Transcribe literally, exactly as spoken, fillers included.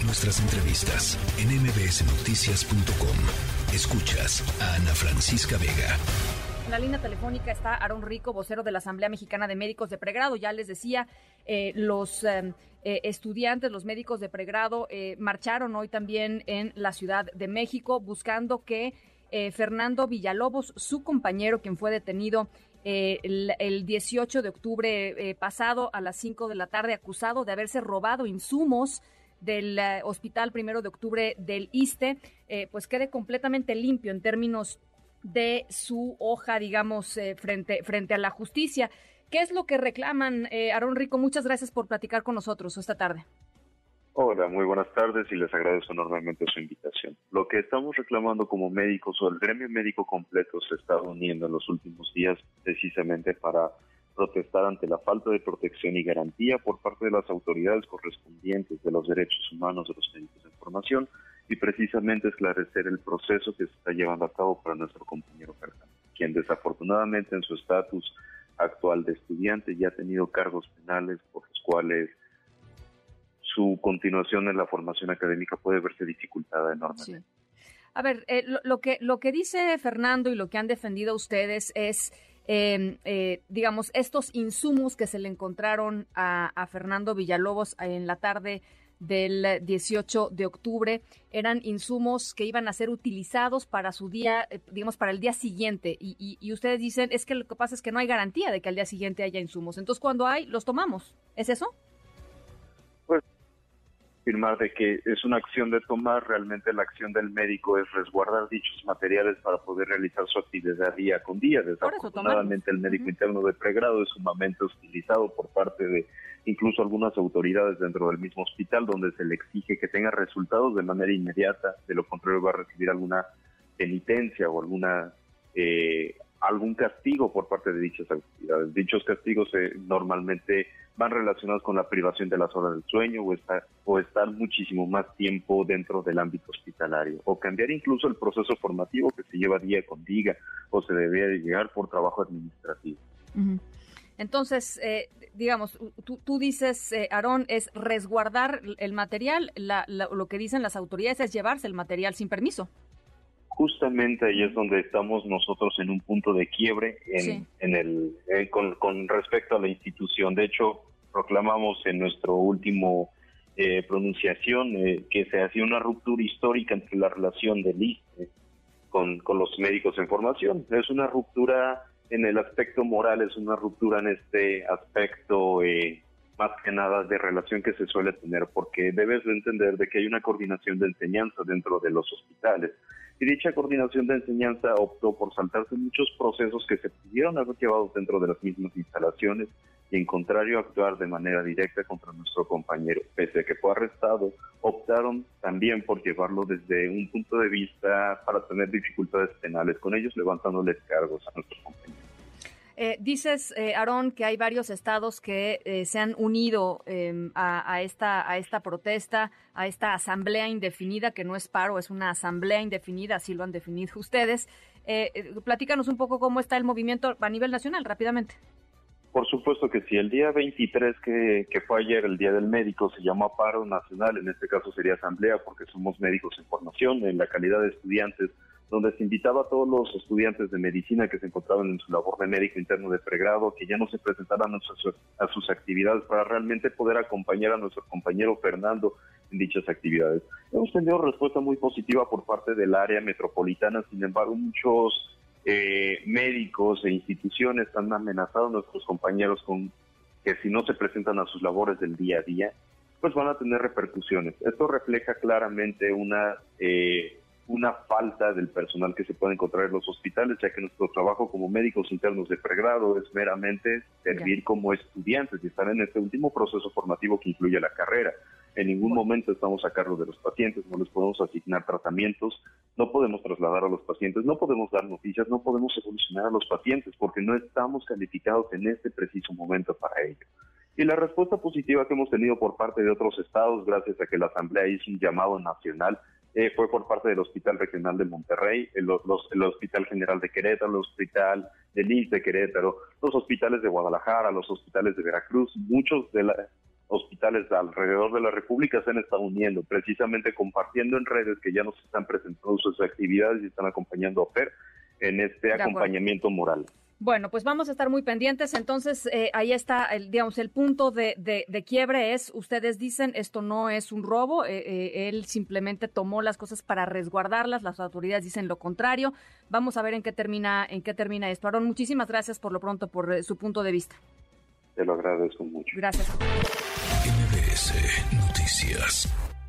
Nuestras entrevistas en eme be ese noticias punto com. Escuchas a Ana Francisca Vega. En la línea telefónica está Aarón Rico, vocero de la Asamblea Mexicana de Médicos de Pregrado. Ya les decía, eh, los eh, eh, estudiantes, los médicos de pregrado eh, marcharon hoy también en la Ciudad de México buscando que eh, Fernando Villalobos, su compañero, quien fue detenido eh, el, el dieciocho de octubre eh, pasado a las cinco de la tarde, acusado de haberse robado insumos del uh, Hospital Primero de Octubre del ISSSTE, eh, pues quede completamente limpio en términos de su hoja, digamos, eh, frente, frente a la justicia. ¿Qué es lo que reclaman, eh, Aarón Rico? Muchas gracias por platicar con nosotros esta tarde. Hola, muy buenas tardes y les agradezco enormemente su invitación. Lo que estamos reclamando como médicos o el gremio médico completo se está uniendo en los últimos días precisamente para protestar ante la falta de protección y garantía por parte de las autoridades correspondientes de los derechos humanos de los médicos de formación y precisamente esclarecer el proceso que se está llevando a cabo para nuestro compañero Fernando, quien desafortunadamente en su estatus actual de estudiante ya ha tenido cargos penales por los cuales su continuación en la formación académica puede verse dificultada enormemente. Sí. A ver, eh, lo, lo que lo que dice Fernando y lo que han defendido ustedes es Eh, eh, digamos, estos insumos que se le encontraron a, a Fernando Villalobos en la tarde del dieciocho de octubre, eran insumos que iban a ser utilizados para su día, eh, digamos, para el día siguiente, y, y, y ustedes dicen, es que lo que pasa es que no hay garantía de que al día siguiente haya insumos, entonces cuando hay, los tomamos, ¿es eso? Pues afirmar de que es una acción de tomar, realmente la acción del médico es resguardar dichos materiales para poder realizar su actividad día con día. Desafortunadamente el médico uh-huh. interno de pregrado es sumamente hostilizado por parte de incluso algunas autoridades dentro del mismo hospital, donde se le exige que tenga resultados de manera inmediata, de lo contrario va a recibir alguna penitencia o alguna eh, algún castigo por parte de dichas autoridades. Dichos castigos eh, normalmente van relacionados con la privación de las horas del sueño o estar, o estar muchísimo más tiempo dentro del ámbito hospitalario, o cambiar incluso el proceso formativo que se lleva día con día o se debería de llegar por trabajo administrativo. Uh-huh. Entonces, eh, digamos, tú, tú dices, eh, Aarón, es resguardar el material, la, la, lo que dicen las autoridades es llevarse el material sin permiso. Justamente ahí es donde estamos nosotros en un punto de quiebre en, sí. en el eh, con, con respecto a la institución. De hecho, proclamamos en nuestro último eh, pronunciación eh, que se hacía una ruptura histórica entre la relación del ISSSTE con, con los médicos en formación. Es una ruptura en el aspecto moral, es una ruptura en este aspecto eh, más que nada de relación que se suele tener, porque debes de entender de que hay una coordinación de enseñanza dentro de los hospitales. Y dicha coordinación de enseñanza optó por saltarse muchos procesos que se pudieron haber llevado dentro de las mismas instalaciones y, en contrario, actuar de manera directa contra nuestro compañero. Pese a que fue arrestado, optaron también por llevarlo desde un punto de vista para tener dificultades penales, con ellos levantándoles cargos a nuestros compañeros. Eh, dices, eh, Aarón, que hay varios estados que eh, se han unido eh, a, a, esta, a esta protesta, a esta asamblea indefinida, que no es paro, es una asamblea indefinida, así lo han definido ustedes. Eh, eh, platícanos un poco cómo está el movimiento a nivel nacional, rápidamente. Por supuesto que sí. El día veintitrés, que, que fue ayer, el Día del Médico, se llamó paro nacional, en este caso sería asamblea, porque somos médicos en formación, en la calidad de estudiantes, donde se invitaba a todos los estudiantes de medicina que se encontraban en su labor de médico interno de pregrado, que ya no se presentaran a sus, a sus actividades para realmente poder acompañar a nuestro compañero Fernando en dichas actividades. Hemos tenido respuesta muy positiva por parte del área metropolitana, sin embargo, muchos eh, médicos e instituciones han amenazado a nuestros compañeros con que si no se presentan a sus labores del día a día, pues van a tener repercusiones. Esto refleja claramente una... Eh, una falta del personal que se puede encontrar en los hospitales, ya que nuestro trabajo como médicos internos de pregrado es meramente servir yeah. como estudiantes y estar en este último proceso formativo que incluye la carrera. En ningún bueno. momento estamos a cargo de los pacientes, no les podemos asignar tratamientos, no podemos trasladar a los pacientes, no podemos dar noticias, no podemos evolucionar a los pacientes porque no estamos calificados en este preciso momento para ello. Y la respuesta positiva que hemos tenido por parte de otros estados, gracias a que la Asamblea hizo un llamado nacional, Eh, fue por parte del Hospital Regional de Monterrey, el, los, el Hospital General de Querétaro, el Hospital del I S S S de Querétaro, los hospitales de Guadalajara, los hospitales de Veracruz, muchos de la, hospitales alrededor de la República se han estado uniendo, precisamente compartiendo en redes que ya nos están presentando sus actividades y están acompañando a Fer en este acompañamiento moral. Bueno, pues vamos a estar muy pendientes. Entonces, eh, ahí está, el, digamos, el punto de, de, de quiebre es, ustedes dicen, esto no es un robo, eh, eh, él simplemente tomó las cosas para resguardarlas, las autoridades dicen lo contrario. Vamos a ver en qué termina, en qué termina esto. Aarón, muchísimas gracias por lo pronto por eh, su punto de vista. Te lo agradezco mucho. Gracias. M B S Noticias.